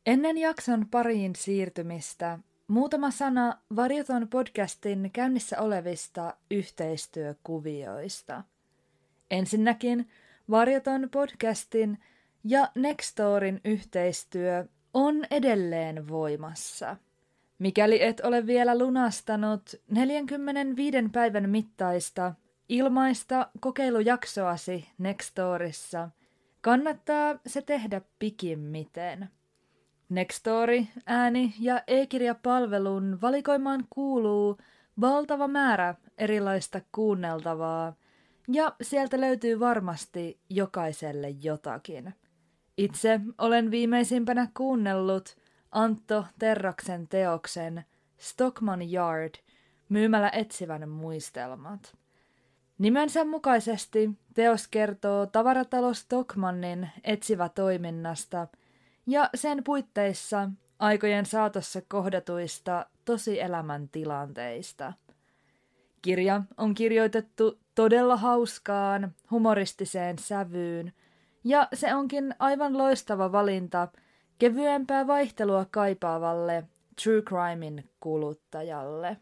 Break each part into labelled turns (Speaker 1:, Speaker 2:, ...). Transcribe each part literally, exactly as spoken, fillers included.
Speaker 1: Ennen jakson pariin siirtymistä muutama sana Varjoton podcastin käynnissä olevista yhteistyökuvioista. Ensinnäkin Varjoton podcastin ja Nextorin yhteistyö on edelleen voimassa. Mikäli et ole vielä lunastanut neljänkymmenenviiden päivän mittaista ilmaista kokeilujaksoasi Nextorissa, kannattaa se tehdä pikimmiten. Nextory, ääni- ja e-kirjapalvelun valikoimaan kuuluu valtava määrä erilaista kuunneltavaa, ja sieltä löytyy varmasti jokaiselle jotakin. Itse olen viimeisimpänä kuunnellut Antto Terraksen teoksen Stockman Yard, myymällä etsivän muistelmat. Nimensä mukaisesti teos kertoo tavaratalo Stockmannin etsivätoiminnasta ja sen puitteissa aikojen saatossa kohdatuista tosielämän tilanteista. Kirja on kirjoitettu todella hauskaan, humoristiseen sävyyn, ja se onkin aivan loistava valinta kevyempää vaihtelua kaipaavalle true crimein kuluttajalle.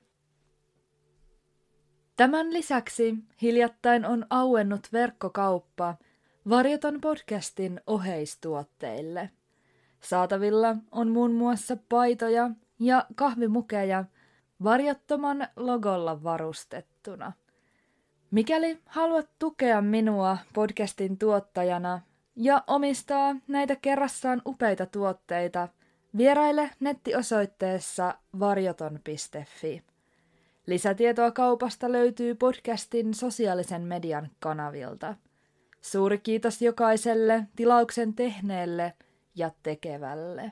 Speaker 1: Tämän lisäksi hiljattain on auennut verkkokauppa Varjoton podcastin oheistuotteille. Saatavilla on muun muassa paitoja ja kahvimukeja Varjottoman logolla varustettuna. Mikäli haluat tukea minua podcastin tuottajana ja omistaa näitä kerrassaan upeita tuotteita, vieraile nettiosoitteessa varjoton piste fi. Lisätietoa kaupasta löytyy podcastin sosiaalisen median kanavilta. Suuri kiitos jokaiselle tilauksen tehneelle ja tekevälle.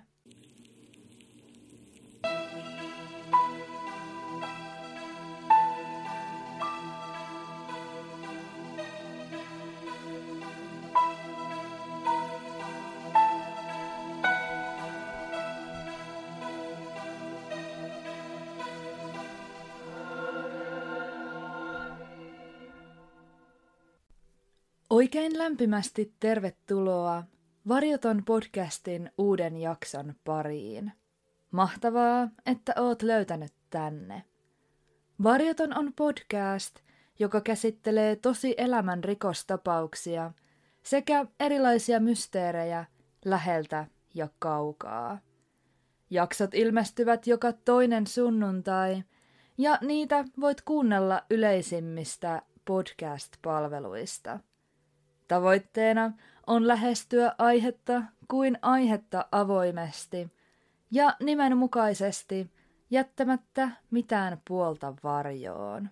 Speaker 1: Oikein lämpimästi tervetuloa Varjoton podcastin uuden jakson pariin. Mahtavaa, että oot löytänyt tänne. Varjoton on podcast, joka käsittelee tosi elämän rikostapauksia sekä erilaisia mysteerejä läheltä ja kaukaa. Jaksot ilmestyvät joka toinen sunnuntai ja niitä voit kuunnella yleisimmistä podcast-palveluista. Tavoitteena on lähestyä aihetta kuin aihetta avoimesti ja nimenmukaisesti jättämättä mitään puolta varjoon.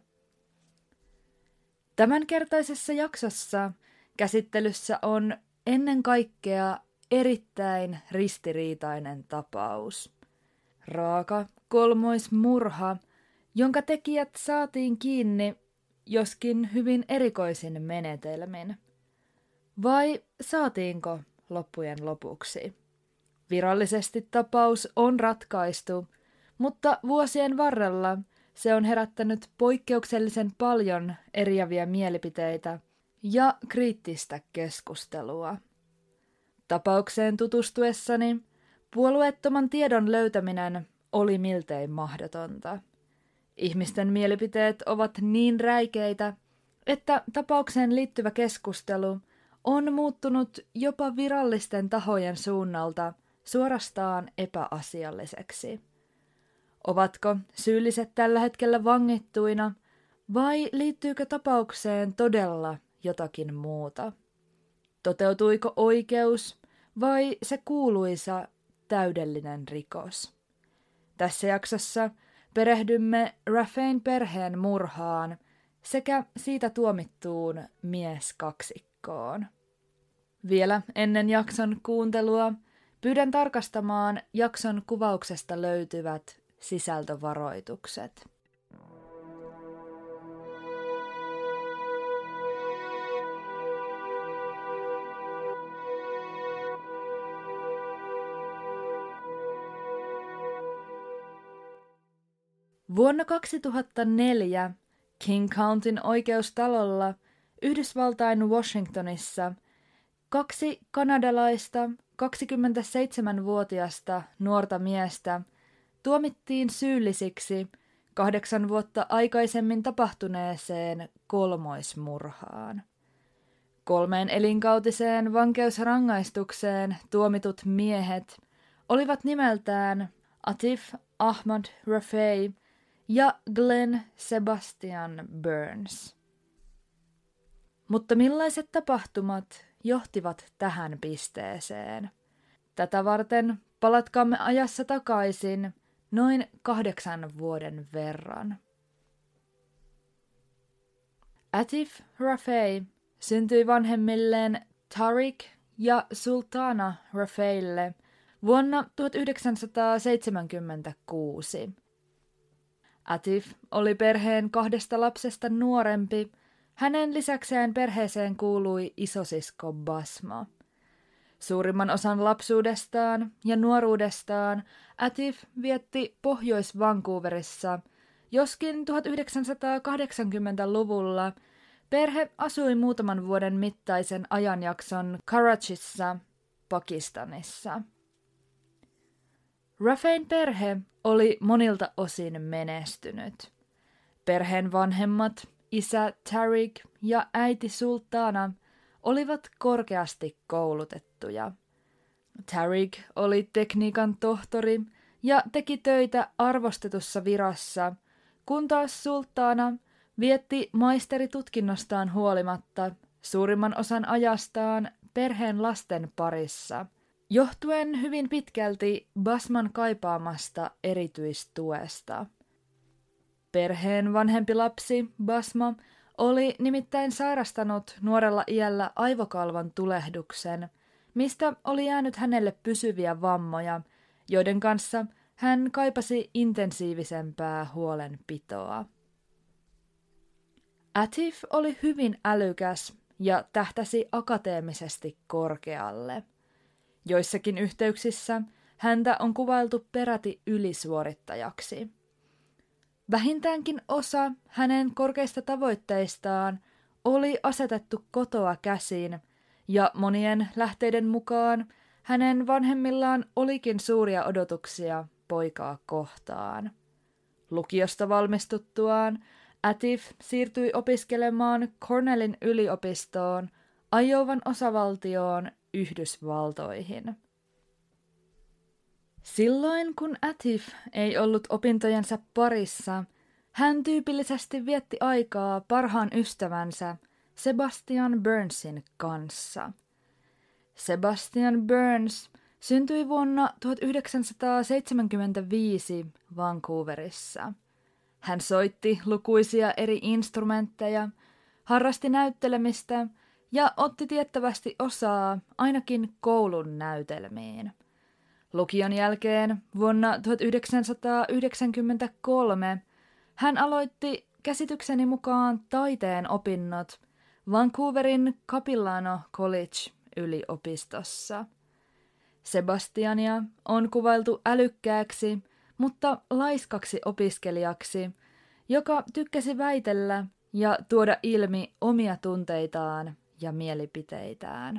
Speaker 1: Tämänkertaisessa jaksossa käsittelyssä on ennen kaikkea erittäin ristiriitainen tapaus. Raaka kolmoismurha, jonka tekijät saatiin kiinni joskin hyvin erikoisin menetelmin. Vai saatiinko loppujen lopuksi? Virallisesti tapaus on ratkaistu, mutta vuosien varrella se on herättänyt poikkeuksellisen paljon eriäviä mielipiteitä ja kriittistä keskustelua. Tapaukseen tutustuessani puolueettoman tiedon löytäminen oli miltei mahdotonta. Ihmisten mielipiteet ovat niin räikeitä, että tapaukseen liittyvä keskustelu on muuttunut jopa virallisten tahojen suunnalta suorastaan epäasialliseksi. Ovatko syylliset tällä hetkellä vangittuina vai liittyykö tapaukseen todella jotakin muuta? Toteutuiko oikeus vai se kuuluisa täydellinen rikos? Tässä jaksossa perehdymme Raffain perheen murhaan sekä siitä tuomittuun mieskaksikkoon. Vielä ennen jakson kuuntelua pyydän tarkastamaan jakson kuvauksesta löytyvät sisältövaroitukset. Vuonna kaksituhattaneljä King Countyn oikeustalolla Yhdysvaltain Washingtonissa kaksi kanadalaista kaksikymmentäseitsemänvuotiasta nuorta miestä tuomittiin syyllisiksi kahdeksan vuotta aikaisemmin tapahtuneeseen kolmoismurhaan. Kolmeen elinkautiseen vankeusrangaistukseen tuomitut miehet olivat nimeltään Atif Ahmad Rafey ja Glenn Sebastian Burns. Mutta millaiset tapahtumat johtivat tähän pisteeseen? Tätä varten palatkaamme ajassa takaisin noin kahdeksan vuoden verran. Atif Rafey syntyi vanhemmilleen Tariq ja Sultana Rafeylle vuonna tuhatyhdeksänsataaseitsemänkymmentäkuusi. Atif oli perheen kahdesta lapsesta nuorempi. Hänen lisäkseen perheeseen kuului isosisko Basma. Suurimman osan lapsuudestaan ja nuoruudestaan Atif vietti Pohjois-Vancouverissa, joskin tuhatyhdeksänsataakahdeksankymmentäluvulla perhe asui muutaman vuoden mittaisen ajanjakson Karachissa, Pakistanissa. Rafeyn perhe oli monilta osin menestynyt. Perheen vanhemmat, isä Tariq ja äiti Sultana, olivat korkeasti koulutettuja. Tariq oli tekniikan tohtori ja teki töitä arvostetussa virassa, kun taas Sultana vietti maisteritutkinnostaan huolimatta suurimman osan ajastaan perheen lasten parissa, johtuen hyvin pitkälti Basman kaipaamasta erityistuesta. Perheen vanhempi lapsi, Basma, oli nimittäin sairastanut nuorella iällä aivokalvon tulehduksen, mistä oli jäänyt hänelle pysyviä vammoja, joiden kanssa hän kaipasi intensiivisempää huolenpitoa. Atif oli hyvin älykäs ja tähtäsi akateemisesti korkealle. Joissakin yhteyksissä häntä on kuvailtu peräti ylisuorittajaksi. Vähintäänkin osa hänen korkeista tavoitteistaan oli asetettu kotoa käsin, ja monien lähteiden mukaan hänen vanhemmillaan olikin suuria odotuksia poikaa kohtaan. Lukiosta valmistuttuaan Atif siirtyi opiskelemaan Cornellin yliopistoon, Iowan osavaltioon, Yhdysvaltoihin. Silloin kun Atif ei ollut opintojensa parissa, hän tyypillisesti vietti aikaa parhaan ystävänsä Sebastian Burnsin kanssa. Sebastian Burns syntyi vuonna tuhatyhdeksänsataaseitsemänkymmentäviisi Vancouverissa. Hän soitti lukuisia eri instrumentteja, harrasti näyttelemistä ja otti tiettävästi osaa ainakin koulun näytelmiin. Lukion jälkeen vuonna tuhatyhdeksänsataayhdeksänkymmentäkolme hän aloitti käsitykseni mukaan taiteen opinnot Vancouverin Capilano College-yliopistossa. Sebastiania on kuvailtu älykkääksi, mutta laiskaksi opiskelijaksi, joka tykkäsi väitellä ja tuoda ilmi omia tunteitaan ja mielipiteitään.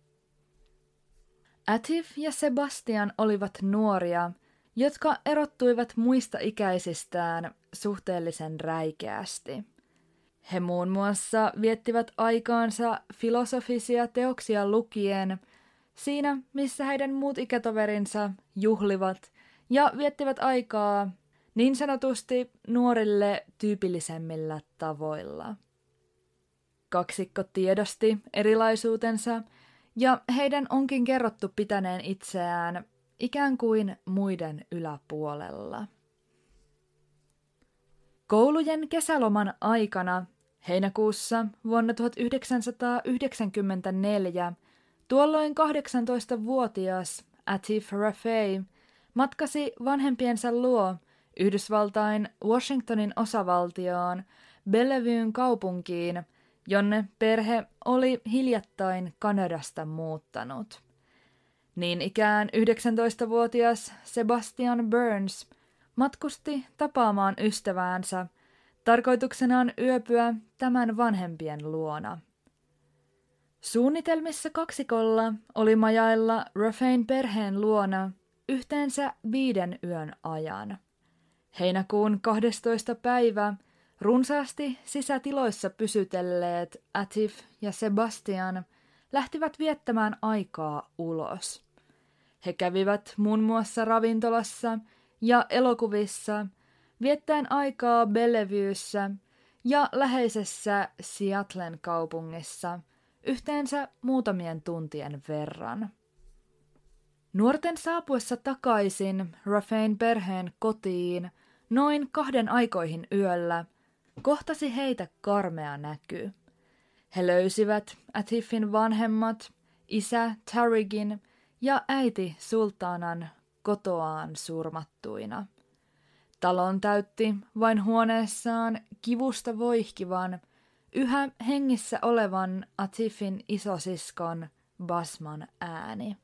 Speaker 1: Atif ja Sebastian olivat nuoria, jotka erottuivat muista ikäisistään suhteellisen räikeästi. He muun muassa viettivät aikaansa filosofisia teoksia lukien, siinä missä heidän muut ikätoverinsa juhlivat ja viettivät aikaa niin sanotusti nuorille tyypillisemmillä tavoilla. Kaksikko tiedosti erilaisuutensa ja heidän onkin kerrottu pitäneen itseään ikään kuin muiden yläpuolella. Koulujen kesäloman aikana heinäkuussa vuonna tuhatyhdeksänsataayhdeksänkymmentäneljä tuolloin kahdeksantoistavuotias Atif Rafey matkasi vanhempiensa luo Yhdysvaltain Washingtonin osavaltioon Bellevuen kaupunkiin, jonne perhe oli hiljattain Kanadasta muuttanut. Niin ikään yhdeksäntoistavuotias Sebastian Burns matkusti tapaamaan ystäväänsä, tarkoituksenaan yöpyä tämän vanhempien luona. Suunnitelmissa kaksikolla oli majailla Raffain perheen luona yhteensä viiden yön ajan. Heinäkuun kahdestoista päivä runsaasti sisätiloissa pysytelleet Atif ja Sebastian lähtivät viettämään aikaa ulos. He kävivät muun muassa ravintolassa ja elokuvissa, viettäen aikaa Bellevuessa ja läheisessä Seattlen kaupungissa yhteensä muutamien tuntien verran. Nuorten saapuessa takaisin Raffain perheen kotiin noin kahden aikoihin yöllä kohtasi heitä karmea näky. He löysivät Atifin vanhemmat, isä Tariqin ja äiti Sultanan kotoaan surmattuina. Talon täytti vain huoneessaan kivusta voihkivan, yhä hengissä olevan Atifin isosiskon Basman ääni.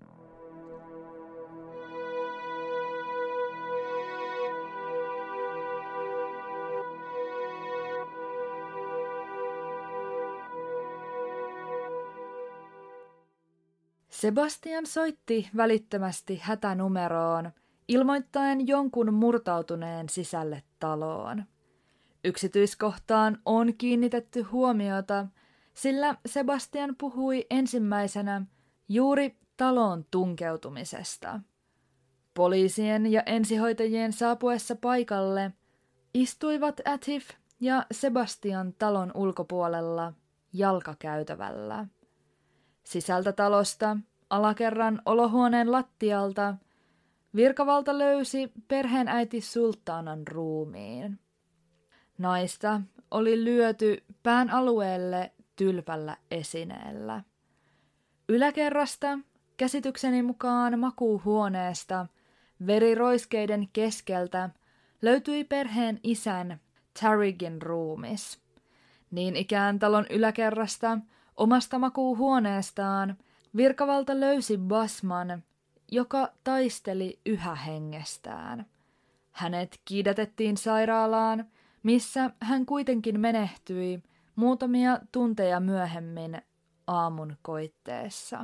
Speaker 1: Sebastian soitti välittömästi hätänumeroon, ilmoittaen jonkun murtautuneen sisälle taloon. Yksityiskohtaan on kiinnitetty huomiota, sillä Sebastian puhui ensimmäisenä juuri taloon tunkeutumisesta. Poliisien ja ensihoitajien saapuessa paikalle istuivat Atif ja Sebastian talon ulkopuolella jalkakäytävällä. Sisältä talosta, alakerran olohuoneen lattialta, virkavalta löysi perheenäiti Sultanan ruumiin. Naista oli lyöty pään alueelle tylpällä esineellä. Yläkerrasta, käsitykseni mukaan makuuhuoneesta, veriroiskeiden keskeltä löytyi perheen isän Tariqin ruumis. Niin ikään talon yläkerrasta, omasta makuuhuoneestaan, virkavalta löysi Basman, joka taisteli yhä hengestään. Hänet kiidätettiin sairaalaan, missä hän kuitenkin menehtyi muutamia tunteja myöhemmin aamun koitteessa.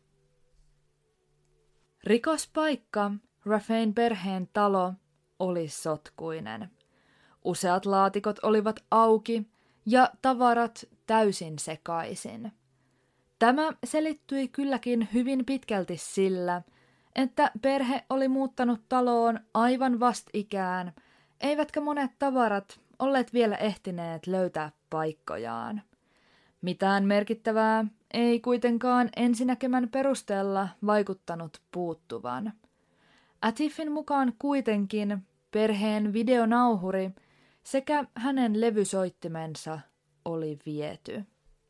Speaker 1: Rikospaikka, Raffain perheen talo, oli sotkuinen. Useat laatikot olivat auki ja tavarat täysin sekaisin. Tämä selittyi kylläkin hyvin pitkälti sillä, että perhe oli muuttanut taloon aivan vastikään, eivätkä monet tavarat olleet vielä ehtineet löytää paikkojaan. Mitään merkittävää ei kuitenkaan ensinäkemän perusteella vaikuttanut puuttuvan. Atifin mukaan kuitenkin perheen videonauhuri sekä hänen levysoittimensa oli viety.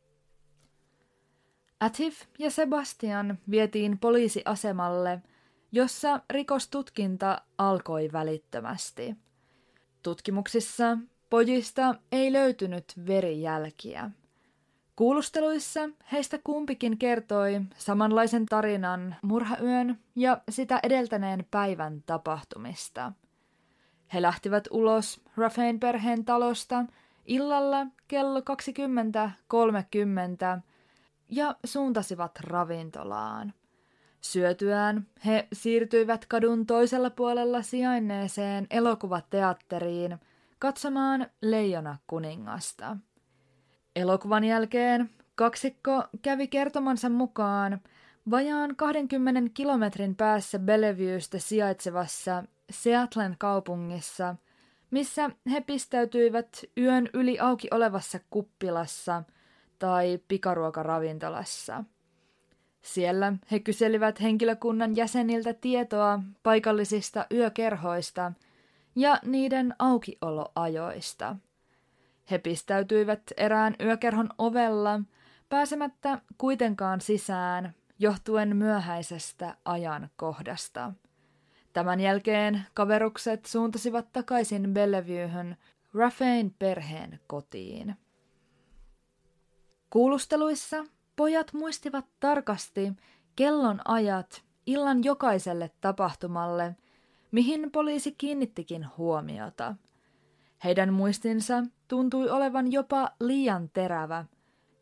Speaker 1: Atif ja Sebastian vietiin poliisiasemalle, jossa rikostutkinta alkoi välittömästi. Tutkimuksissa pojista ei löytynyt verijälkiä. Kuulusteluissa heistä kumpikin kertoi samanlaisen tarinan murhayön ja sitä edeltäneen päivän tapahtumista. He lähtivät ulos Raffain perheen talosta illalla kello kaksikymmentä kolmekymmentä ja suuntasivat ravintolaan. Syötyään he siirtyivät kadun toisella puolella sijainneeseen elokuvateatteriin katsomaan Leijona kuningasta. Elokuvan jälkeen kaksikko kävi kertomansa mukaan vajaan kahdenkymmenen kilometrin päässä Bellevuesta sijaitsevassa Seattlen kaupungissa, missä he pistäytyivät yön yli auki olevassa kuppilassa tai pikaruokaravintolassa. Siellä he kyselivät henkilökunnan jäseniltä tietoa paikallisista yökerhoista ja niiden aukioloajoista. He pistäytyivät erään yökerhon ovella, pääsemättä kuitenkaan sisään, johtuen myöhäisestä ajankohdasta. Tämän jälkeen kaverukset suuntasivat takaisin Bellevuehen Raffain perheen kotiin. Kuulusteluissa pojat muistivat tarkasti kellon ajat illan jokaiselle tapahtumalle, mihin poliisi kiinnittikin huomiota. Heidän muistinsa tuntui olevan jopa liian terävä,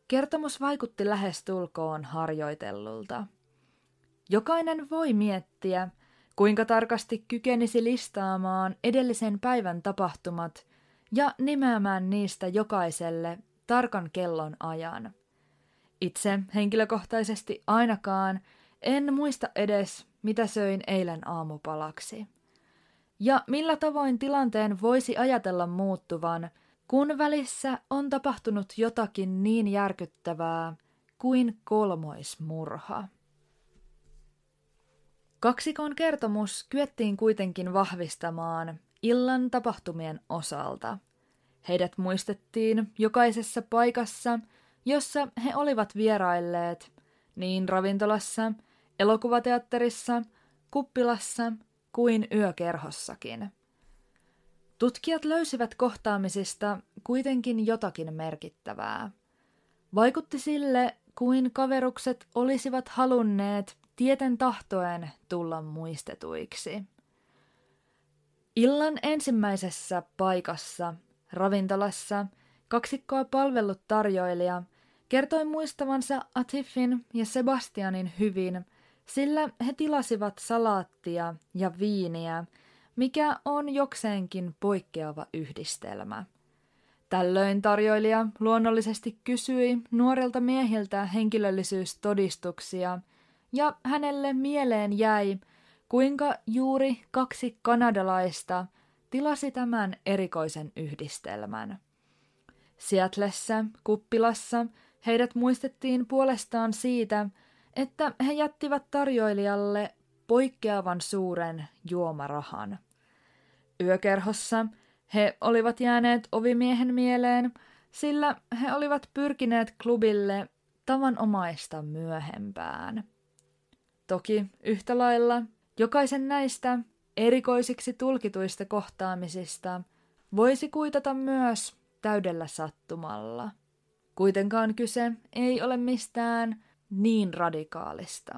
Speaker 1: kertomus vaikutti lähestulkoon harjoitellulta. Jokainen voi miettiä, kuinka tarkasti kykenisi listaamaan edellisen päivän tapahtumat ja nimeämään niistä jokaiselle tarkan kellon ajan. Itse henkilökohtaisesti ainakaan en muista edes, mitä söin eilen aamupalaksi. Ja millä tavoin tilanteen voisi ajatella muuttuvan, kun välissä on tapahtunut jotakin niin järkyttävää kuin kolmoismurha. Kaksikon kertomus kyettiin kuitenkin vahvistamaan illan tapahtumien osalta. Heidät muistettiin jokaisessa paikassa, jossa he olivat vierailleet, niin ravintolassa, elokuvateatterissa, kuppilassa kuin yökerhossakin. Tutkijat löysivät kohtaamisista kuitenkin jotakin merkittävää. Vaikutti sille, kuin kaverukset olisivat halunneet tieten tahtoen tulla muistetuiksi. Illan ensimmäisessä paikassa, ravintolassa, kaksikkoa palvellut tarjoilija kertoi muistavansa Atifin ja Sebastianin hyvin, sillä he tilasivat salaattia ja viiniä, mikä on jokseenkin poikkeava yhdistelmä. Tällöin tarjoilija luonnollisesti kysyi nuorilta miehiltä henkilöllisyystodistuksia, ja hänelle mieleen jäi, kuinka juuri kaksi kanadalaista tilasi tämän erikoisen yhdistelmän. Seattlessa, kuppilassa, heidät muistettiin puolestaan siitä, että he jättivät tarjoilijalle poikkeavan suuren juomarahan. Yökerhossa he olivat jääneet ovimiehen mieleen, sillä he olivat pyrkineet klubille tavanomaista myöhempään. Toki yhtä lailla jokaisen näistä erikoisiksi tulkituista kohtaamisista voisi kuitata myös täydellä sattumalla. Kuitenkaan kyse ei ole mistään niin radikaalista.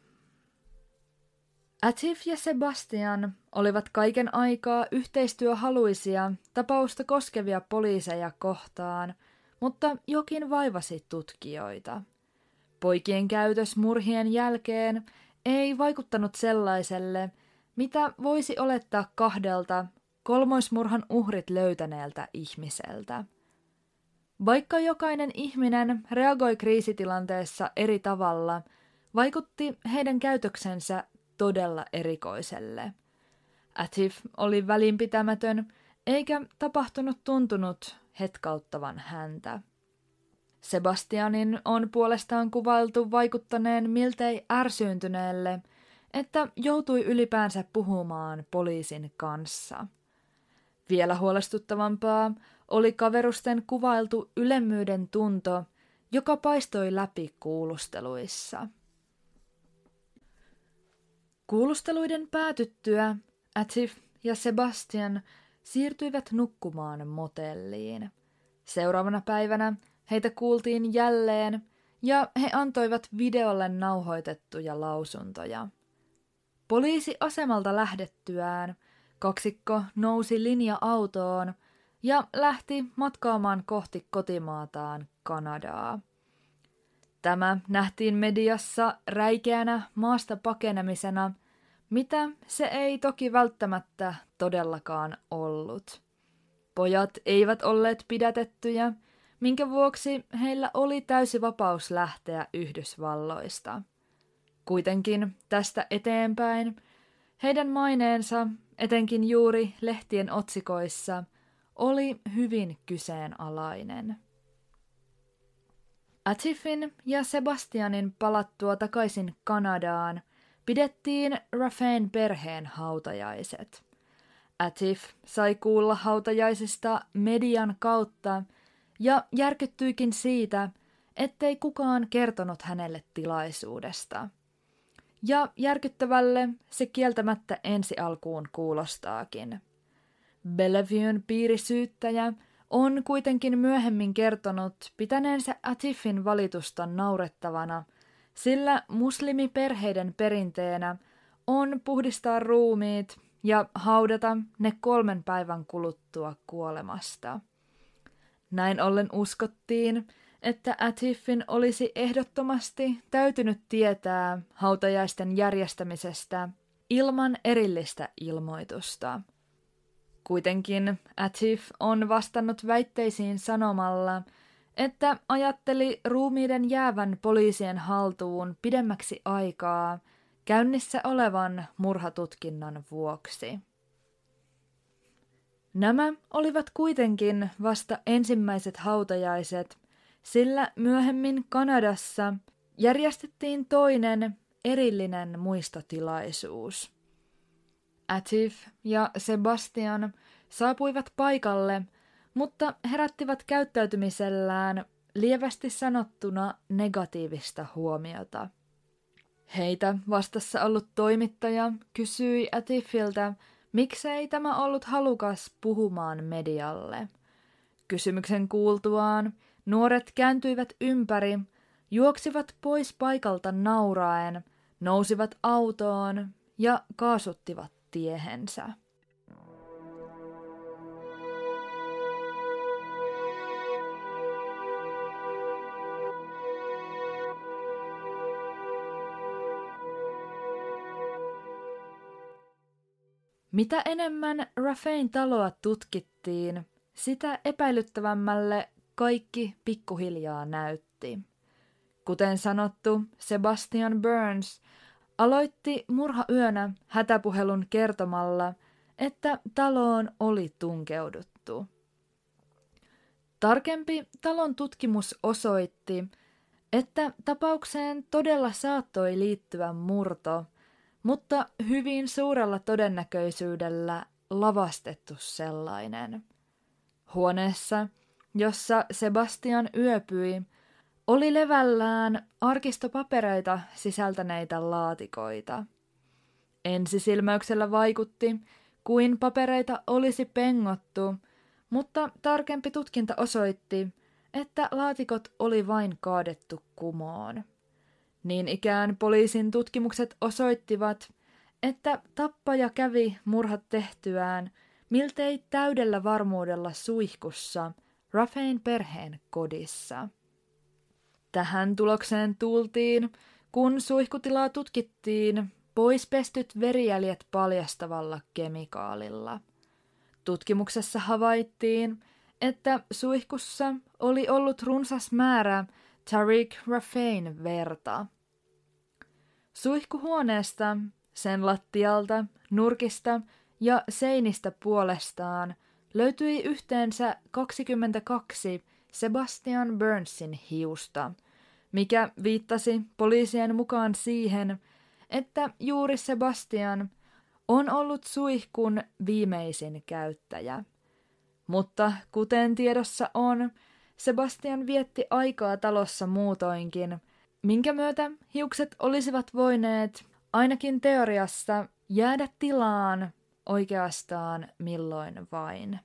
Speaker 1: Atif ja Sebastian olivat kaiken aikaa yhteistyöhaluisia tapausta koskevia poliiseja kohtaan, mutta jokin vaivasi tutkijoita. Poikien käytös murhien jälkeen ei vaikuttanut sellaiselle, mitä voisi olettaa kahdelta kolmoismurhan uhrit löytäneeltä ihmiseltä. Vaikka jokainen ihminen reagoi kriisitilanteessa eri tavalla, vaikutti heidän käytöksensä todella erikoiselle. Atif oli välinpitämätön, eikä tapahtunut tuntunut hetkauttavan häntä. Sebastianin on puolestaan kuvailtu vaikuttaneen miltei ärsyyntyneelle, että joutui ylipäänsä puhumaan poliisin kanssa. Vielä huolestuttavampaa oli kaverusten kuvailtu ylemmyyden tunto, joka paistoi läpi kuulusteluissa. Kuulusteluiden päätyttyä Atif ja Sebastian siirtyivät nukkumaan motelliin. Seuraavana päivänä heitä kuultiin jälleen ja he antoivat videolle nauhoitettuja lausuntoja. Poliisiasemalta lähdettyään kaksikko nousi linja-autoon ja lähti matkaamaan kohti kotimaataan Kanadaa. Tämä nähtiin mediassa räikeänä maasta pakenemisena, mitä se ei toki välttämättä todellakaan ollut. Pojat eivät olleet pidätettyjä, minkä vuoksi heillä oli täysi vapaus lähteä Yhdysvalloista. Kuitenkin tästä eteenpäin heidän maineensa, etenkin juuri lehtien otsikoissa, oli hyvin kyseenalainen. Atifin ja Sebastianin palattua takaisin Kanadaan pidettiin Rafain perheen hautajaiset. Atif sai kuulla hautajaisista median kautta ja järkyttyikin siitä, ettei kukaan kertonut hänelle tilaisuudesta. Ja järkyttävälle se kieltämättä ensi alkuun kuulostaakin. Bellevuen piirisyyttäjä on kuitenkin myöhemmin kertonut pitäneensä Atifin valitusta naurettavana, sillä muslimiperheiden perinteenä on puhdistaa ruumiit ja haudata ne kolmen päivän kuluttua kuolemasta. Näin ollen uskottiin, että Atifin olisi ehdottomasti täytynyt tietää hautajaisten järjestämisestä ilman erillistä ilmoitusta. Kuitenkin Atif on vastannut väitteisiin sanomalla, että ajatteli ruumiiden jäävän poliisien haltuun pidemmäksi aikaa käynnissä olevan murhatutkinnan vuoksi. Nämä olivat kuitenkin vasta ensimmäiset hautajaiset, sillä myöhemmin Kanadassa järjestettiin toinen erillinen muistotilaisuus. Atif ja Sebastian saapuivat paikalle, mutta herättivät käyttäytymisellään lievästi sanottuna negatiivista huomiota. Heitä vastassa ollut toimittaja kysyi Atifiltä, miksei tämä ollut halukas puhumaan medialle. Kysymyksen kuultuaan nuoret kääntyivät ympäri, juoksivat pois paikalta nauraen, nousivat autoon ja kaasuttivat tiehensä. Mitä enemmän Raffain taloa tutkittiin, sitä epäilyttävämmälle kaikki pikkuhiljaa näytti. Kuten sanottu, Sebastian Burns aloitti murhayönä hätäpuhelun kertomalla, että taloon oli tunkeuduttu. Tarkempi talon tutkimus osoitti, että tapaukseen todella saattoi liittyä murto, mutta hyvin suurella todennäköisyydellä lavastettu sellainen. Huoneessa, jossa Sebastian yöpyi, oli levällään arkistopapereita sisältäneitä laatikoita. Ensisilmäyksellä vaikutti, kuin papereita olisi pengottu, mutta tarkempi tutkinta osoitti, että laatikot oli vain kaadettu kumoon. Niin ikään poliisin tutkimukset osoittivat, että tappaja kävi murhat tehtyään miltei täydellä varmuudella suihkussa Raffain perheen kodissa. Tähän tulokseen tultiin, kun suihkutilaa tutkittiin poispestyt verijäljet paljastavalla kemikaalilla. Tutkimuksessa havaittiin, että suihkussa oli ollut runsas määrä Tariq Raffain verta. Suihkuhuoneesta, sen lattialta, nurkista ja seinistä puolestaan löytyi yhteensä kaksikymmentäkaksi Sebastian Burnsin hiusta, mikä viittasi poliisien mukaan siihen, että juuri Sebastian on ollut suihkun viimeisin käyttäjä. Mutta kuten tiedossa on, Sebastian vietti aikaa talossa muutoinkin, minkä myötä hiukset olisivat voineet ainakin teoriassa jäädä tilaan oikeastaan milloin vain.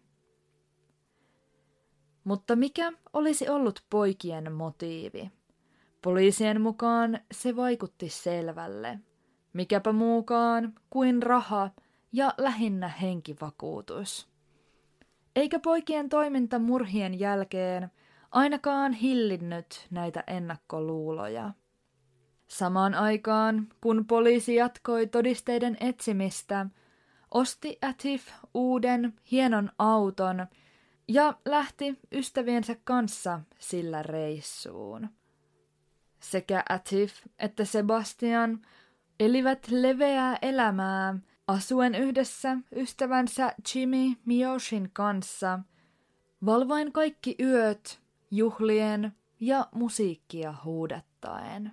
Speaker 1: Mutta mikä olisi ollut poikien motiivi? Poliisien mukaan se vaikutti selvälle. Mikäpä muukaan kuin raha ja lähinnä henkivakuutus. Eikä poikien toiminta murhien jälkeen ainakaan hillinnyt näitä ennakkoluuloja. Samaan aikaan, kun poliisi jatkoi todisteiden etsimistä, osti Atif uuden hienon auton ja lähti ystäviensä kanssa sillä reissuun. Sekä Atif että Sebastian elivät leveää elämää asuen yhdessä ystävänsä Jimmy Miyoshin kanssa, valvoen kaikki yöt, juhlien ja musiikkia huudattaen.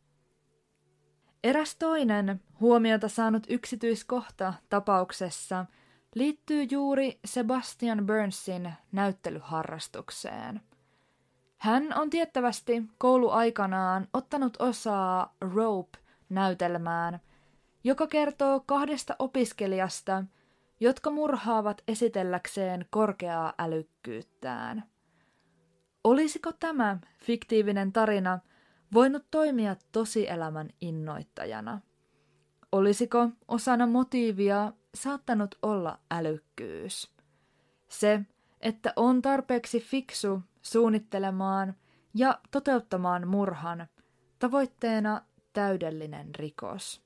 Speaker 1: Eräs toinen huomiota saanut yksityiskohta tapauksessa liittyy juuri Sebastian Burnsin näyttelyharrastukseen. Hän on tiettävästi kouluaikanaan ottanut osaa Rope-näytelmään, joka kertoo kahdesta opiskelijasta, jotka murhaavat esitelläkseen korkeaa älykkyyttään. Olisiko tämä fiktiivinen tarina voinut toimia tosielämän innoittajana? Olisiko osana motiivia saattanut olla älykkyys? Se, että on tarpeeksi fiksu suunnittelemaan ja toteuttamaan murhan, tavoitteena täydellinen rikos.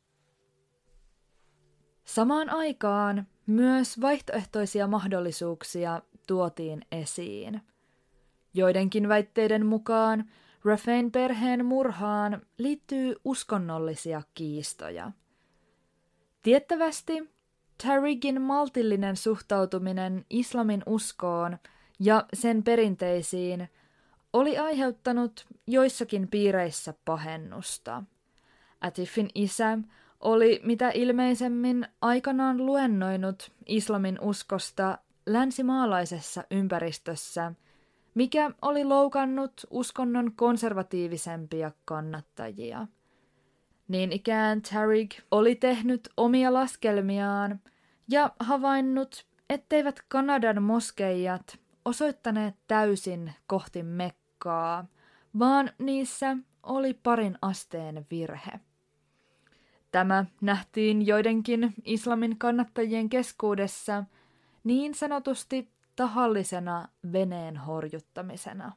Speaker 1: Samaan aikaan myös vaihtoehtoisia mahdollisuuksia tuotiin esiin. Joidenkin väitteiden mukaan Raffain perheen murhaan liittyy uskonnollisia kiistoja. Tiettävästi Tariqin maltillinen suhtautuminen islamin uskoon ja sen perinteisiin oli aiheuttanut joissakin piireissä pahennusta. Atifin isä oli mitä ilmeisemmin aikanaan luennoinut islamin uskosta länsimaalaisessa ympäristössä, mikä oli loukannut uskonnon konservatiivisempia kannattajia. Niin ikään Tariq oli tehnyt omia laskelmiaan ja havainnut, etteivät Kanadan moskeijat osoittaneet täysin kohti Mekkaa, vaan niissä oli parin asteen virhe. Tämä nähtiin joidenkin islamin kannattajien keskuudessa niin sanotusti tahallisena veneen horjuttamisena.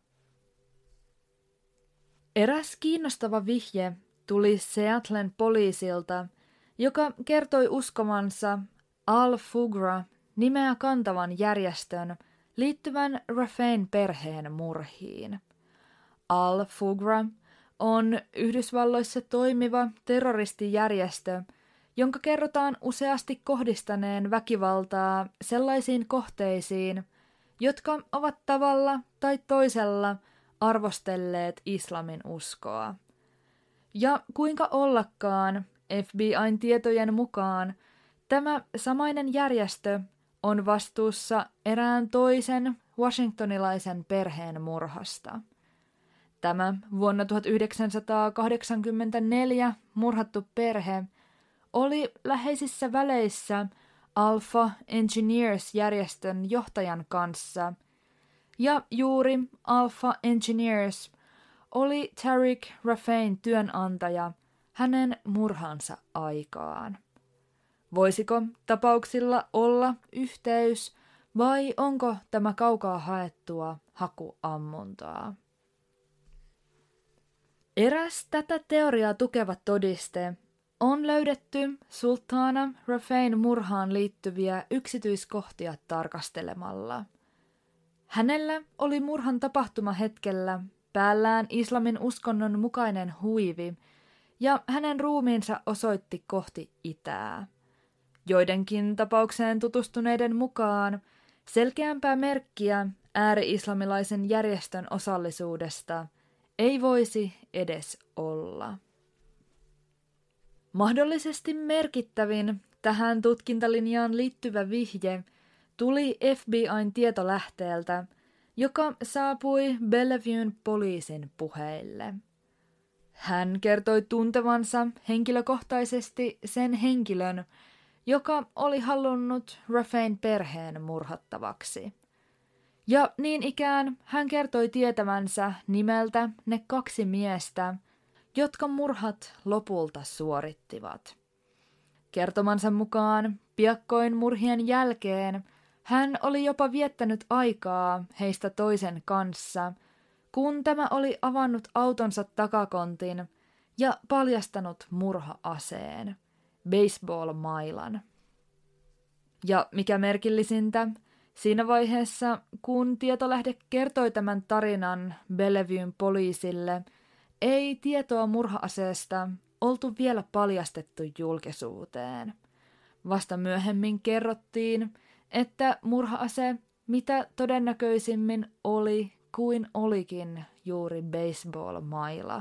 Speaker 1: Eräs kiinnostava vihje tuli Seattlen poliisilta, joka kertoi uskomansa Al-Fugra nimeä kantavan järjestön liittyvän Raffain perheen murhiin. Al-Fugra on Yhdysvalloissa toimiva terroristijärjestö, jonka kerrotaan useasti kohdistaneen väkivaltaa sellaisiin kohteisiin, jotka ovat tavalla tai toisella arvostelleet islamin uskoa. Ja kuinka ollakaan, F B I:n tietojen mukaan, tämä samainen järjestö on vastuussa erään toisen washingtonilaisen perheen murhasta. Tämä vuonna tuhatyhdeksänsataakahdeksankymmentäneljä murhattu perhe oli läheisissä väleissä Alpha Engineers-järjestön johtajan kanssa, ja juuri Alpha Engineers oli Tariq Raffain työnantaja hänen murhansa aikaan. Voisiko tapauksilla olla yhteys vai onko tämä kaukaa haettua hakuammuntaa? Eräs tätä teoriaa tukeva todiste on löydetty sultaana Raffain murhaan liittyviä yksityiskohtia tarkastelemalla. Hänellä oli murhan tapahtumahetkellä päällään islamin uskonnon mukainen huivi, ja hänen ruumiinsa osoitti kohti itää. Joidenkin tapaukseen tutustuneiden mukaan selkeämpää merkkiä ääri-islamilaisen järjestön osallisuudesta ei voisi edes olla. Mahdollisesti merkittävin tähän tutkintalinjaan liittyvä vihje tuli F B I:n tietolähteeltä, joka saapui Bellevuen poliisin puheille. Hän kertoi tuntevansa henkilökohtaisesti sen henkilön, joka oli halunnut Raffain perheen murhattavaksi. Ja niin ikään hän kertoi tietävänsä nimeltä ne kaksi miestä, jotka murhat lopulta suorittivat. Kertomansa mukaan piakkoin murhien jälkeen hän oli jopa viettänyt aikaa heistä toisen kanssa, kun tämä oli avannut autonsa takakontin ja paljastanut murha-aseen, baseball-mailan. Ja mikä merkillisintä, siinä vaiheessa, kun tietolähde kertoi tämän tarinan Bellevuen poliisille, ei tietoa murha-aseesta oltu vielä paljastettu julkisuuteen. Vasta myöhemmin kerrottiin, että murha-ase mitä todennäköisimmin oli kuin olikin juuri baseball-maila.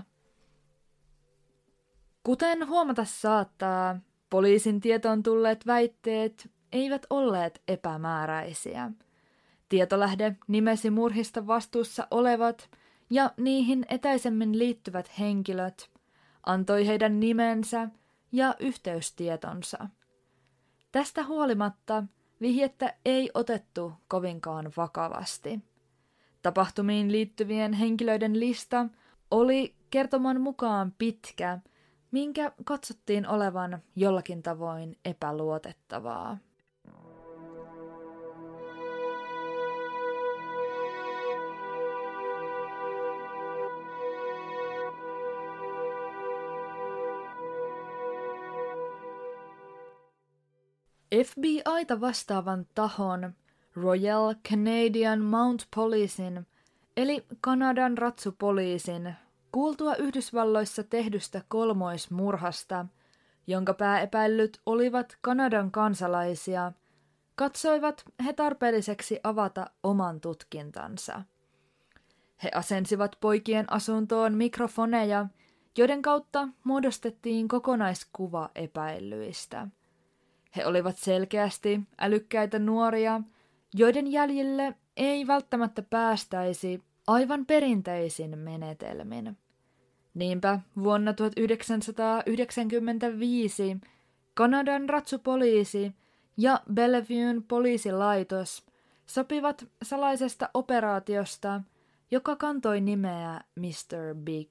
Speaker 1: Kuten huomata saattaa, poliisin tietoon tulleet väitteet eivät olleet epämääräisiä. Tietolähde nimesi murhista vastuussa olevat ja niihin etäisemmin liittyvät henkilöt, antoi heidän nimensä ja yhteystietonsa. Tästä huolimatta vihjettä ei otettu kovinkaan vakavasti. Tapahtumiin liittyvien henkilöiden lista oli kertoman mukaan pitkä, minkä katsottiin olevan jollakin tavoin epäluotettavaa. F B I:ta vastaavan tahon Royal Canadian Mounted Policen, eli Kanadan ratsupoliisin, kuultua Yhdysvalloissa tehdystä kolmoismurhasta, jonka pääepäillyt olivat Kanadan kansalaisia, katsoivat he tarpeelliseksi avata oman tutkintansa. He asensivat poikien asuntoon mikrofoneja, joiden kautta muodostettiin kokonaiskuva epäillyistä. He olivat selkeästi älykkäitä nuoria, joiden jäljille ei välttämättä päästäisi aivan perinteisin menetelmin. Niinpä vuonna tuhatyhdeksänsataayhdeksänkymmentäviisi Kanadan ratsupoliisi ja Bellevuen poliisilaitos sopivat salaisesta operaatiosta, joka kantoi nimeä mister Big.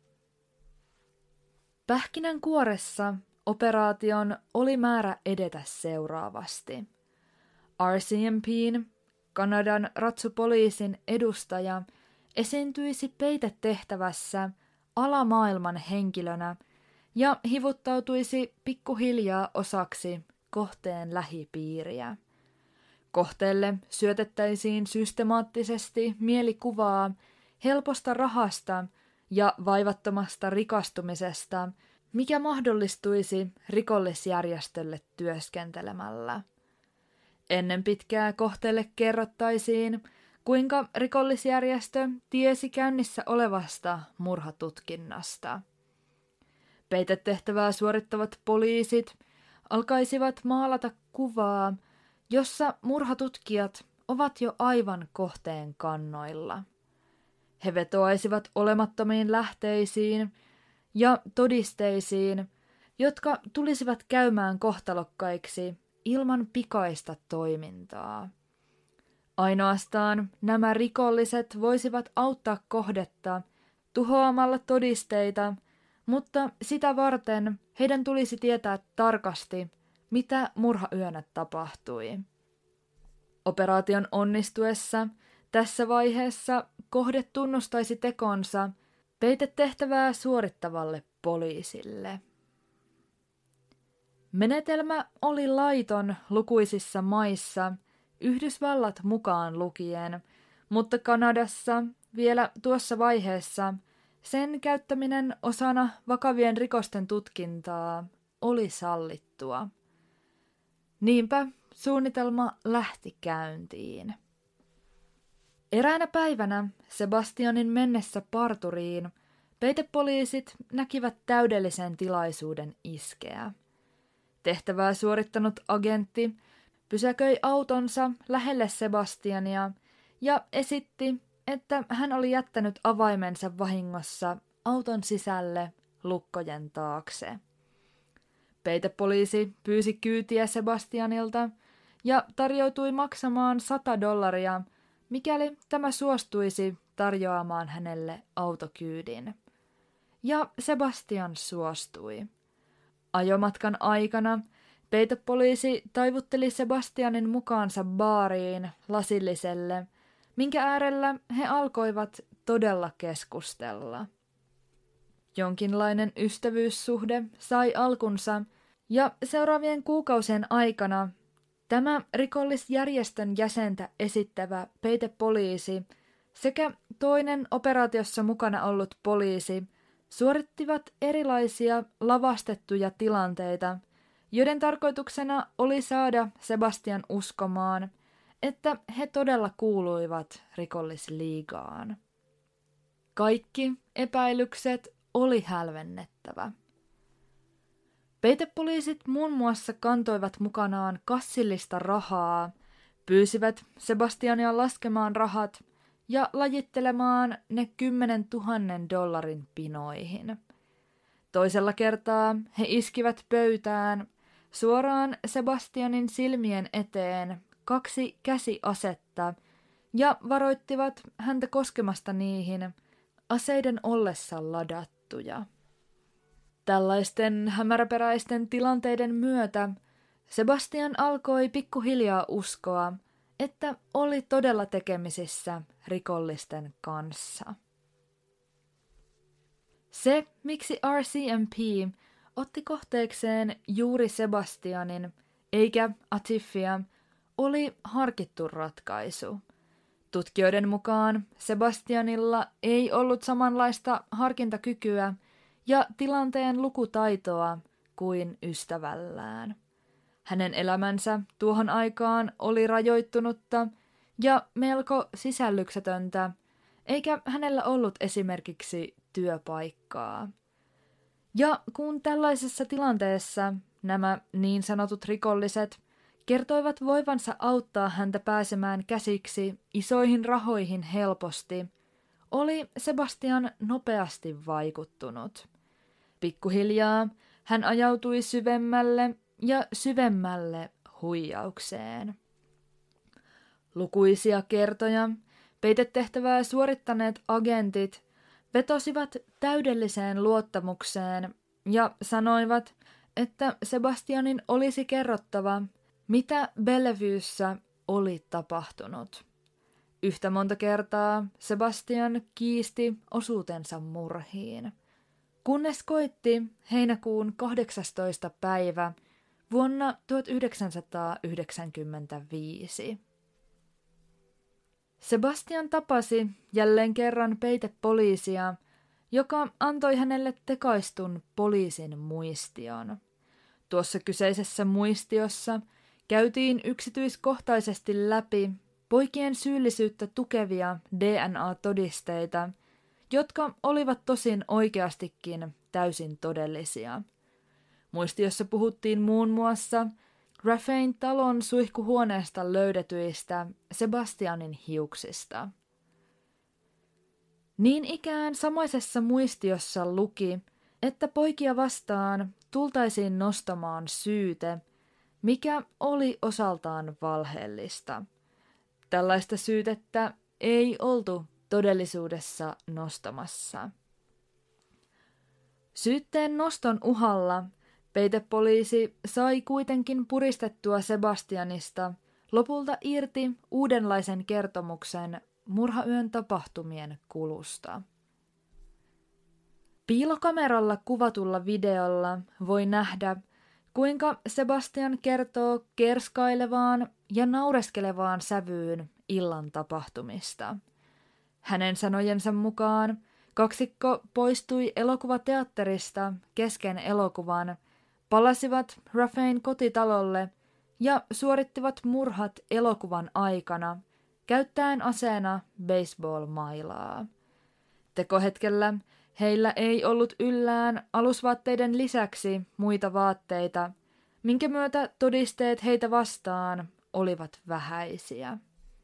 Speaker 1: Pähkinänkuoressa operaation oli määrä edetä seuraavasti. R C M P:n, Kanadan ratsupoliisin edustaja, esiintyisi peitetehtävässä alamaailman henkilönä ja hivuttautuisi pikkuhiljaa osaksi kohteen lähipiiriä. Kohteelle syötettäisiin systemaattisesti mielikuvaa helposta rahasta ja vaivattomasta rikastumisesta, mikä mahdollistuisi rikollisjärjestölle työskentelemällä. Ennen pitkää kohteelle kerrottaisiin, kuinka rikollisjärjestö tiesi käynnissä olevasta murhatutkinnasta. Peitetehtävää suorittavat poliisit alkaisivat maalata kuvaa, jossa murhatutkijat ovat jo aivan kohteen kannoilla. He vetoaisivat olemattomiin lähteisiin ja todisteisiin, jotka tulisivat käymään kohtalokkaiksi ilman pikaista toimintaa. Ainoastaan nämä rikolliset voisivat auttaa kohdetta tuhoamalla todisteita, mutta sitä varten heidän tulisi tietää tarkasti, mitä murhayönä tapahtui. Operaation onnistuessa tässä vaiheessa kohde tunnustaisi tekonsa peitetehtävää suorittavalle poliisille. Menetelmä oli laiton lukuisissa maissa, Yhdysvallat mukaan lukien, mutta Kanadassa vielä tuossa vaiheessa sen käyttäminen osana vakavien rikosten tutkintaa oli sallittua. Niinpä suunnitelma lähti käyntiin. Eräänä päivänä Sebastianin mennessä parturiin peitepoliisit näkivät täydellisen tilaisuuden iskeä. Tehtävää suorittanut agentti pysäköi autonsa lähelle Sebastiania ja esitti, että hän oli jättänyt avaimensa vahingossa auton sisälle lukkojen taakse. Peitepoliisi pyysi kyytiä Sebastianilta ja tarjoutui maksamaan sata dollaria, mikäli tämä suostuisi tarjoamaan hänelle autokyydin. Ja Sebastian suostui. Ajomatkan aikana peitepoliisi taivutteli Sebastianin mukaansa baariin lasilliselle, minkä äärellä he alkoivat todella keskustella. Jonkinlainen ystävyyssuhde sai alkunsa, ja seuraavien kuukausien aikana tämä rikollisjärjestön jäsentä esittävä peitepoliisi sekä toinen operaatiossa mukana ollut poliisi suorittivat erilaisia lavastettuja tilanteita, joiden tarkoituksena oli saada Sebastian uskomaan, että he todella kuuluivat rikollisliigaan. Kaikki epäilykset oli hälvennettävä. Peitepoliisit muun muassa kantoivat mukanaan kassillista rahaa, pyysivät Sebastiania laskemaan rahat ja lajittelemaan ne kymmenen tuhannen dollarin pinoihin. Toisella kertaa he iskivät pöytään suoraan Sebastianin silmien eteen kaksi käsiasetta ja varoittivat häntä koskemasta niihin aseiden ollessa ladattuja. Tällaisten hämäräperäisten tilanteiden myötä Sebastian alkoi pikkuhiljaa uskoa, että oli todella tekemisissä rikollisten kanssa. Se, miksi R C M P otti kohteekseen juuri Sebastianin, eikä Atifia, oli harkittu ratkaisu. Tutkijoiden mukaan Sebastianilla ei ollut samanlaista harkintakykyä ja tilanteen lukutaitoa kuin ystävällään. Hänen elämänsä tuohon aikaan oli rajoittunutta ja melko sisällyksetöntä, eikä hänellä ollut esimerkiksi työpaikkaa. Ja kun tällaisessa tilanteessa nämä niin sanotut rikolliset kertoivat voivansa auttaa häntä pääsemään käsiksi isoihin rahoihin helposti, oli Sebastian nopeasti vaikuttunut. Pikkuhiljaa hän ajautui syvemmälle ja syvemmälle huijaukseen. Lukuisia kertoja peitetehtävää suorittaneet agentit vetosivat täydelliseen luottamukseen ja sanoivat, että Sebastianin olisi kerrottava, mitä Bellevuessa oli tapahtunut. Yhtä monta kertaa Sebastian kiisti osuutensa murhiin, kunnes koitti heinäkuun kahdeksastoista päivä vuonna tuhatyhdeksänsataayhdeksänkymmentäviisi. Sebastian tapasi jälleen kerran peitepoliisia, joka antoi hänelle tekaistun poliisin muistion. Tuossa kyseisessä muistiossa käytiin yksityiskohtaisesti läpi poikien syyllisyyttä tukevia D N A-todisteita, jotka olivat tosin oikeastikin täysin todellisia. Muistiossa puhuttiin muun muassa Raffain talon suihkuhuoneesta löydetyistä Sebastianin hiuksista. Niin ikään samaisessa muistiossa luki, että poikia vastaan tultaisiin nostamaan syyte, mikä oli osaltaan valheellista. Tällaista syytettä ei oltu todellisuudessa nostamassa. Syytteen noston uhalla peitepoliisi sai kuitenkin puristettua Sebastianista lopulta irti uudenlaisen kertomuksen murhayön tapahtumien kulusta. Piilokameralla kuvatulla videolla voi nähdä, kuinka Sebastian kertoo kerskailevaan ja naureskelevaan sävyyn illan tapahtumista. Hänen sanojensa mukaan kaksikko poistui elokuvateatterista kesken elokuvan, palasivat Raffain kotitalolle ja suorittivat murhat elokuvan aikana, käyttäen aseena baseball-mailaa. Tekohetkellä heillä ei ollut yllään alusvaatteiden lisäksi muita vaatteita, minkä myötä todisteet heitä vastaan olivat vähäisiä.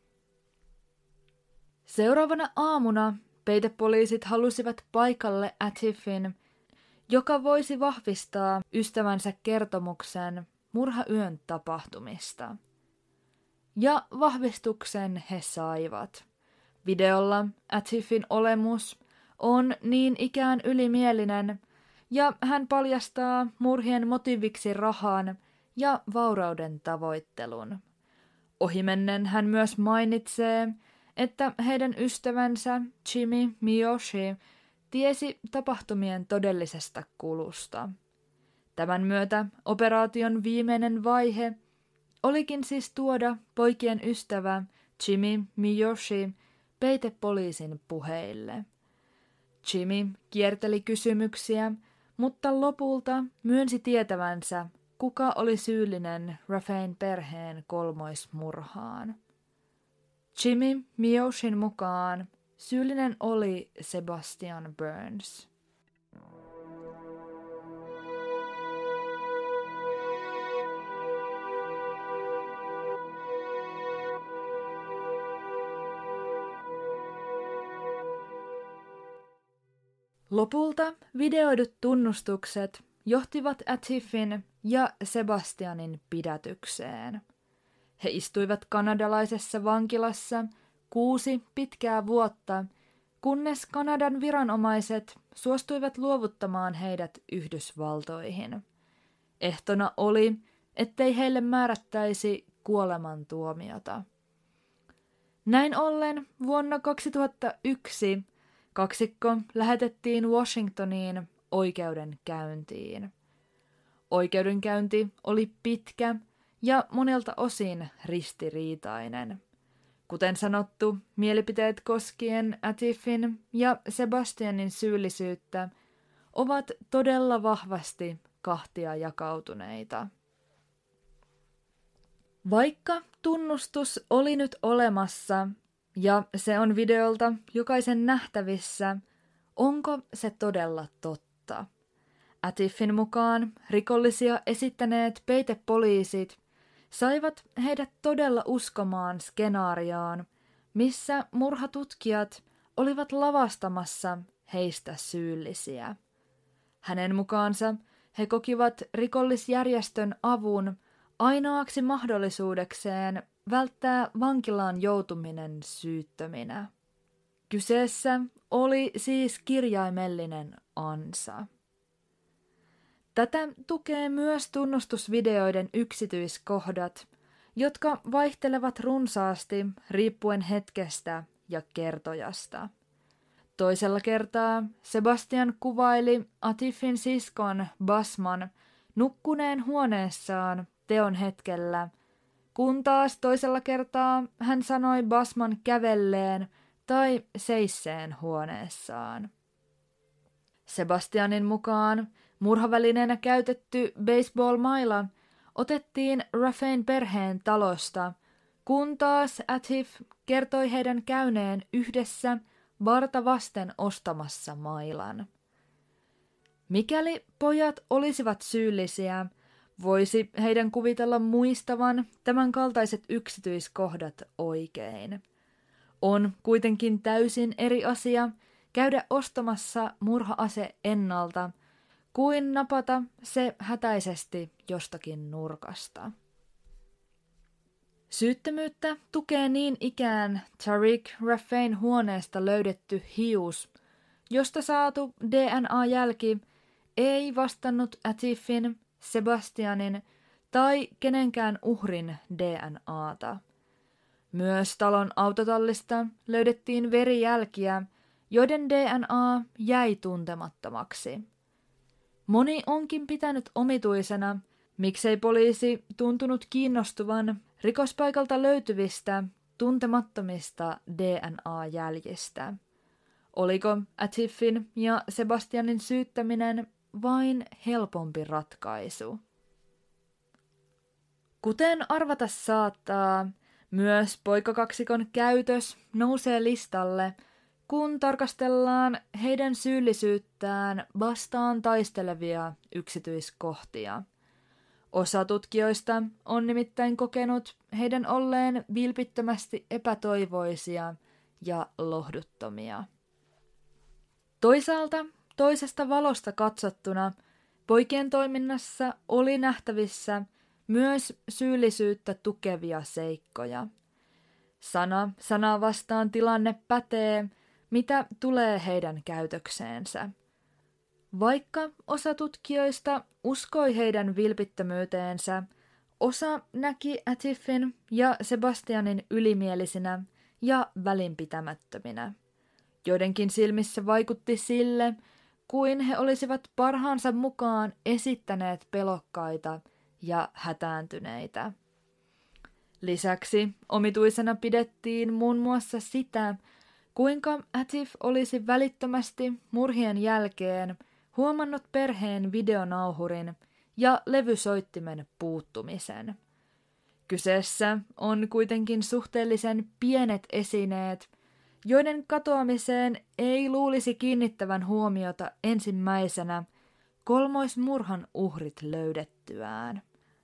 Speaker 1: Seuraavana aamuna peitepoliisit halusivat paikalle Atifin, joka voisi vahvistaa ystävänsä kertomuksen murhayön tapahtumista. Ja vahvistuksen he saivat. Videolla Atifin olemus on niin ikään ylimielinen, ja hän paljastaa murhien motiiviksi rahan ja vaurauden tavoittelun. Ohimennen hän myös mainitsee, että heidän ystävänsä Jimmy Miyoshi tiesi tapahtumien todellisesta kulusta. Tämän myötä operaation viimeinen vaihe olikin siis tuoda poikien ystävä Jimmy Miyoshi peitepoliisin puheille. Jimmy kierteli kysymyksiä, mutta lopulta myönsi tietävänsä, kuka oli syyllinen Raffain perheen kolmoismurhaan. Jimmy Miyoshin mukaan syyllinen oli Sebastian Burns. Lopulta videoidut tunnustukset johtivat Atifin ja Sebastianin pidätykseen. He istuivat kanadalaisessa vankilassa kuusi pitkää vuotta, kunnes Kanadan viranomaiset suostuivat luovuttamaan heidät Yhdysvaltoihin. Ehtona oli, ettei heille määrättäisi kuolemantuomiota. Näin ollen vuonna kaksituhattayksi kaksikko lähetettiin Washingtoniin oikeudenkäyntiin. Oikeudenkäynti oli pitkä ja monelta osin ristiriitainen. Kuten sanottu, mielipiteet koskien Atifin ja Sebastianin syyllisyyttä ovat todella vahvasti kahtia jakautuneita. Vaikka tunnustus oli nyt olemassa ja se on videolta jokaisen nähtävissä, onko se todella totta? Atifin mukaan rikollisia esittäneet peitepoliisit saivat heidät todella uskomaan skenaarioon, missä murhatutkijat olivat lavastamassa heistä syyllisiä. Hänen mukaansa he kokivat rikollisjärjestön avun ainoaksi mahdollisuudekseen välttää vankilaan joutuminen syyttöminä. Kyseessä oli siis kirjaimellinen ansa. Tätä tukee myös tunnustusvideoiden yksityiskohdat, jotka vaihtelevat runsaasti riippuen hetkestä ja kertojasta. Toisella kertaa Sebastian kuvaili Atifin siskon Basman nukkuneen huoneessaan teon hetkellä, kun taas toisella kertaa hän sanoi Basman kävelleen tai seisseen huoneessaan. Sebastianin mukaan murhavälineenä käytetty baseball-maila otettiin Raffain perheen talosta, kun taas Atif kertoi heidän käyneen yhdessä varta vasten ostamassa mailan. Mikäli pojat olisivat syyllisiä, voisi heidän kuvitella muistavan tämän kaltaiset yksityiskohdat oikein. On kuitenkin täysin eri asia käydä ostamassa murha-ase ennalta, kuin napata se hätäisesti jostakin nurkasta. Syyttömyyttä tukee niin ikään Tariq Raffain huoneesta löydetty hius, josta saatu D N A-jälki ei vastannut Atifin, Sebastianin tai kenenkään uhrin D N A:ta. Myös talon autotallista löydettiin verijälkiä, joiden D N A jäi tuntemattomaksi. Moni onkin pitänyt omituisena, miksei poliisi tuntunut kiinnostuvan rikospaikalta löytyvistä tuntemattomista D N A-jäljistä. Oliko Atifin ja Sebastianin syyttäminen vain helpompi ratkaisu? Kuten arvata saattaa, myös poikakaksikon käytös nousee listalle, kun tarkastellaan heidän syyllisyyttään vastaan taistelevia yksityiskohtia. Osa tutkijoista on nimittäin kokenut heidän olleen vilpittömästi epätoivoisia ja lohduttomia. Toisaalta toisesta valosta katsottuna poikien toiminnassa oli nähtävissä myös syyllisyyttä tukevia seikkoja. Sana sanaa vastaan tilanne pätee, mitä tulee heidän käytökseensä. Vaikka osa tutkijoista uskoi heidän vilpittömyyteensä, osa näki Atifin ja Sebastianin ylimielisinä ja välinpitämättöminä. Joidenkin silmissä vaikutti sille, kuin he olisivat parhaansa mukaan esittäneet pelokkaita ja hätääntyneitä. Lisäksi omituisena pidettiin muun muassa sitä, kuinka Atif olisi välittömästi murhien jälkeen huomannut perheen videonauhurin ja levysoittimen puuttumisen. Kyseessä on kuitenkin suhteellisen pienet esineet, joiden katoamiseen ei luulisi kiinnittävän huomiota ensimmäisenä kolmoismurhan uhrit löydettyään.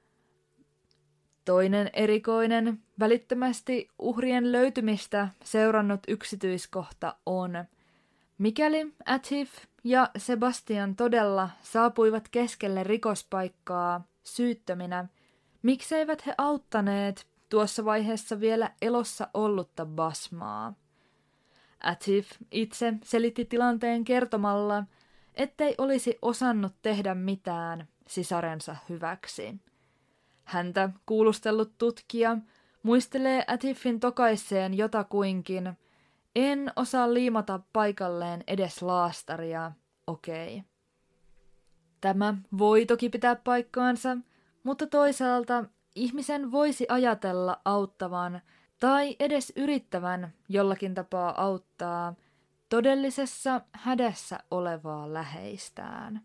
Speaker 1: Toinen erikoinen, välittömästi uhrien löytymistä seurannut yksityiskohta on, mikäli Atif ja Sebastian todella saapuivat keskelle rikospaikkaa syyttöminä, mikseivät he auttaneet tuossa vaiheessa vielä elossa ollutta Basmaa. Atif itse selitti tilanteen kertomalla, ettei olisi osannut tehdä mitään sisarensa hyväksi. Häntä kuulustellut tutkija muistelee Atifin tokaisseen jotakuinkin, en osaa liimata paikalleen edes laastaria, okei. Okay. Tämä voi toki pitää paikkaansa, mutta toisaalta ihmisen voisi ajatella auttavan tai edes yrittävän jollakin tapaa auttaa todellisessa hädässä olevaa läheistään.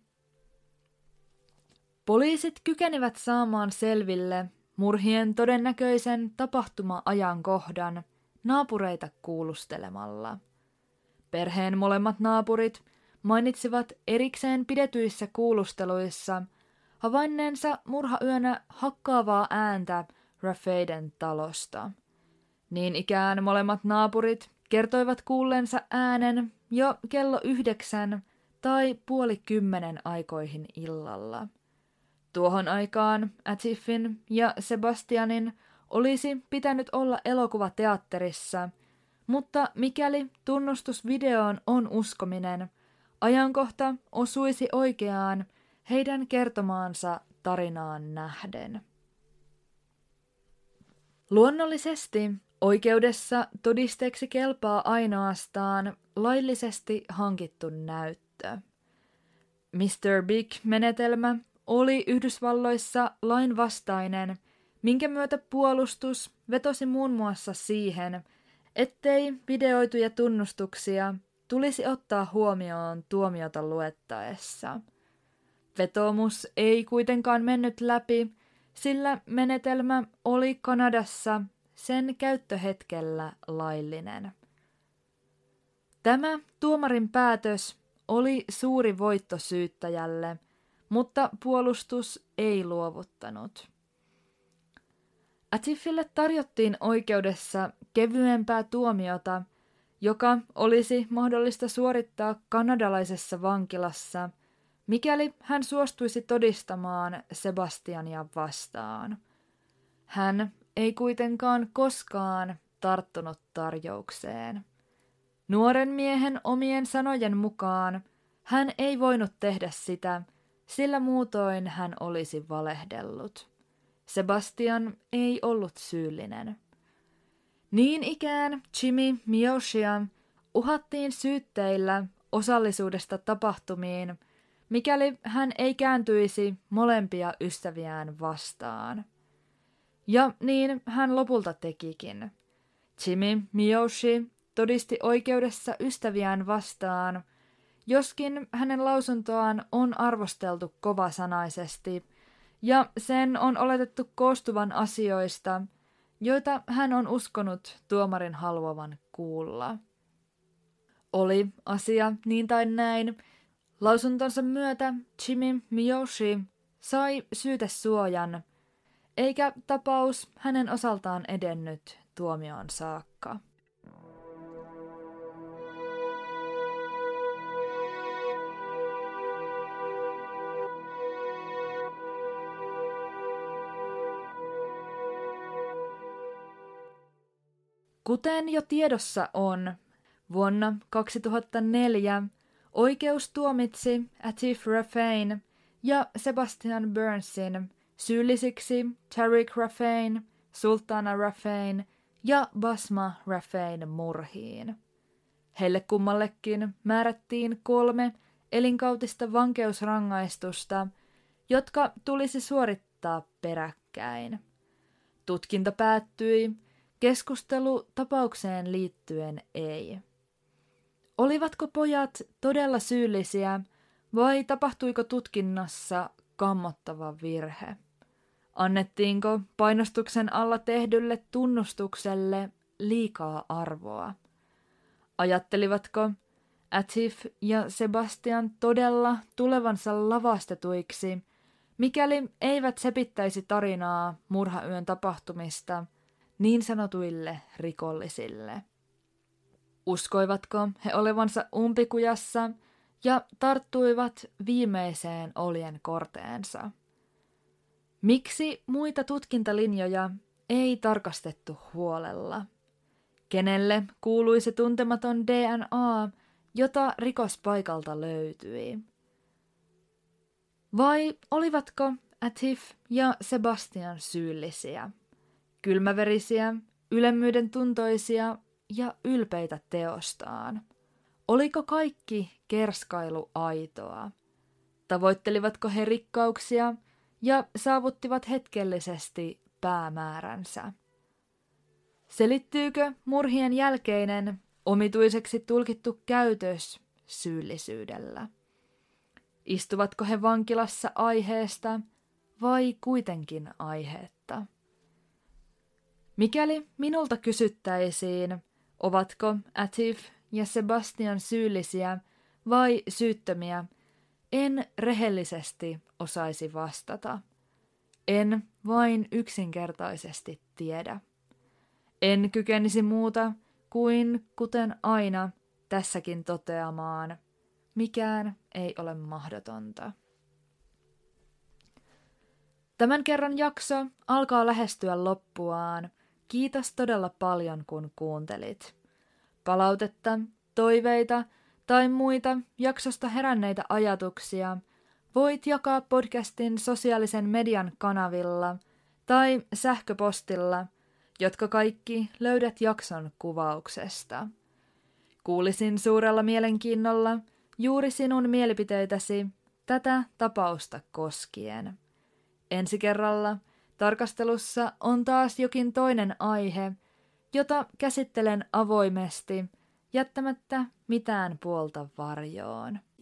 Speaker 1: Poliisit kykenivät saamaan selville murhien todennäköisen tapahtuma-ajankohdan naapureita kuulustelemalla. Perheen molemmat naapurit mainitsivat erikseen pidetyissä kuulusteluissa havainneensa murhayönä hakkaavaa ääntä Rafaden talosta. Niin ikään molemmat naapurit kertoivat kuulleensa äänen jo kello yhdeksän tai puoli kymmenen aikoihin illalla. Tuohon aikaan Atifin ja Sebastianin olisi pitänyt olla elokuvateatterissa, mutta mikäli tunnustusvideoon on uskominen, ajankohta osuisi oikeaan heidän kertomaansa tarinaan nähden. Luonnollisesti oikeudessa todisteeksi kelpaa ainoastaan laillisesti hankittu näyttö. mister Big-menetelmä oli Yhdysvalloissa lainvastainen, minkä myötä puolustus vetosi muun muassa siihen, ettei videoituja tunnustuksia tulisi ottaa huomioon tuomiota luettaessa. Vetoomus ei kuitenkaan mennyt läpi, sillä menetelmä oli Kanadassa sen käyttöhetkellä laillinen. Tämä tuomarin päätös oli suuri voitto syyttäjälle, mutta puolustus ei luovuttanut. Atifille tarjottiin oikeudessa kevyempää tuomiota, joka olisi mahdollista suorittaa kanadalaisessa vankilassa, mikäli hän suostuisi todistamaan Sebastiania vastaan. Hän ei kuitenkaan koskaan tarttunut tarjoukseen. Nuoren miehen omien sanojen mukaan hän ei voinut tehdä sitä, sillä muutoin hän olisi valehdellut. Sebastian ei ollut syyllinen. Niin ikään Jimmy Miyoshia uhattiin syytteillä osallisuudesta tapahtumiin, mikäli hän ei kääntyisi molempia ystäviään vastaan. Ja niin hän lopulta tekikin. Jimmy Miyoshi todisti oikeudessa ystäviään vastaan, joskin hänen lausuntoaan on arvosteltu kovasanaisesti, ja sen on oletettu koostuvan asioista, joita hän on uskonut tuomarin haluavan kuulla. Oli asia niin tai näin, lausuntonsa myötä Jimmy Miyoshi sai syytesuojan, eikä tapaus hänen osaltaan edennyt tuomioon saakka. Kuten jo tiedossa on, vuonna kaksituhattaneljä oikeus tuomitsi Atif Rafain ja Sebastian Burnsin syyllisiksi Tariq Rafain, Sultana Rafain ja Basma Rafain murhiin. Heille kummallekin määrättiin kolme elinkautista vankeusrangaistusta, jotka tulisi suorittaa peräkkäin. Tutkinta päättyi. Keskustelu tapaukseen liittyen ei. Olivatko pojat todella syyllisiä vai tapahtuiko tutkinnassa kammottava virhe? Annettiinko painostuksen alla tehdylle tunnustukselle liikaa arvoa? Ajattelivatko Atif ja Sebastian todella tulevansa lavastetuiksi, mikäli eivät sepittäisi tarinaa murhayön tapahtumista niin sanotuille rikollisille? Uskoivatko he olevansa umpikujassa ja tarttuivat viimeiseen oljen korteensa? Miksi muita tutkintalinjoja ei tarkastettu huolella? Kenelle kuului se tuntematon D N A, jota rikospaikalta löytyi? Vai olivatko Atif ja Sebastian syyllisiä? Kylmäverisiä, ylemmyyden tuntoisia ja ylpeitä teostaan. Oliko kaikki kerskailu aitoa? Tavoittelivatko he rikkauksia ja saavuttivat hetkellisesti päämääränsä. Selittyykö murhien jälkeinen omituiseksi tulkittu käytös syyllisyydellä? Istuvatko he vankilassa aiheesta vai kuitenkin aiheetta? Mikäli minulta kysyttäisiin, ovatko Atif ja Sebastian syyllisiä vai syyttömiä, en rehellisesti osaisi vastata. En vain yksinkertaisesti tiedä. En kykenisi muuta kuin, kuten aina, tässäkin toteamaan, mikään ei ole mahdotonta. Tämän kerran jakso alkaa lähestyä loppuaan. Kiitos todella paljon, kun kuuntelit. Palautetta, toiveita tai muita jaksosta heränneitä ajatuksia voit jakaa podcastin sosiaalisen median kanavilla tai sähköpostilla, jotka kaikki löydät jakson kuvauksesta. Kuulisin suurella mielenkiinnolla juuri sinun mielipiteitäsi tätä tapausta koskien. Ensi kerralla tarkastelussa on taas jokin toinen aihe, jota käsittelen avoimesti, jättämättä mitään puolta varjoon.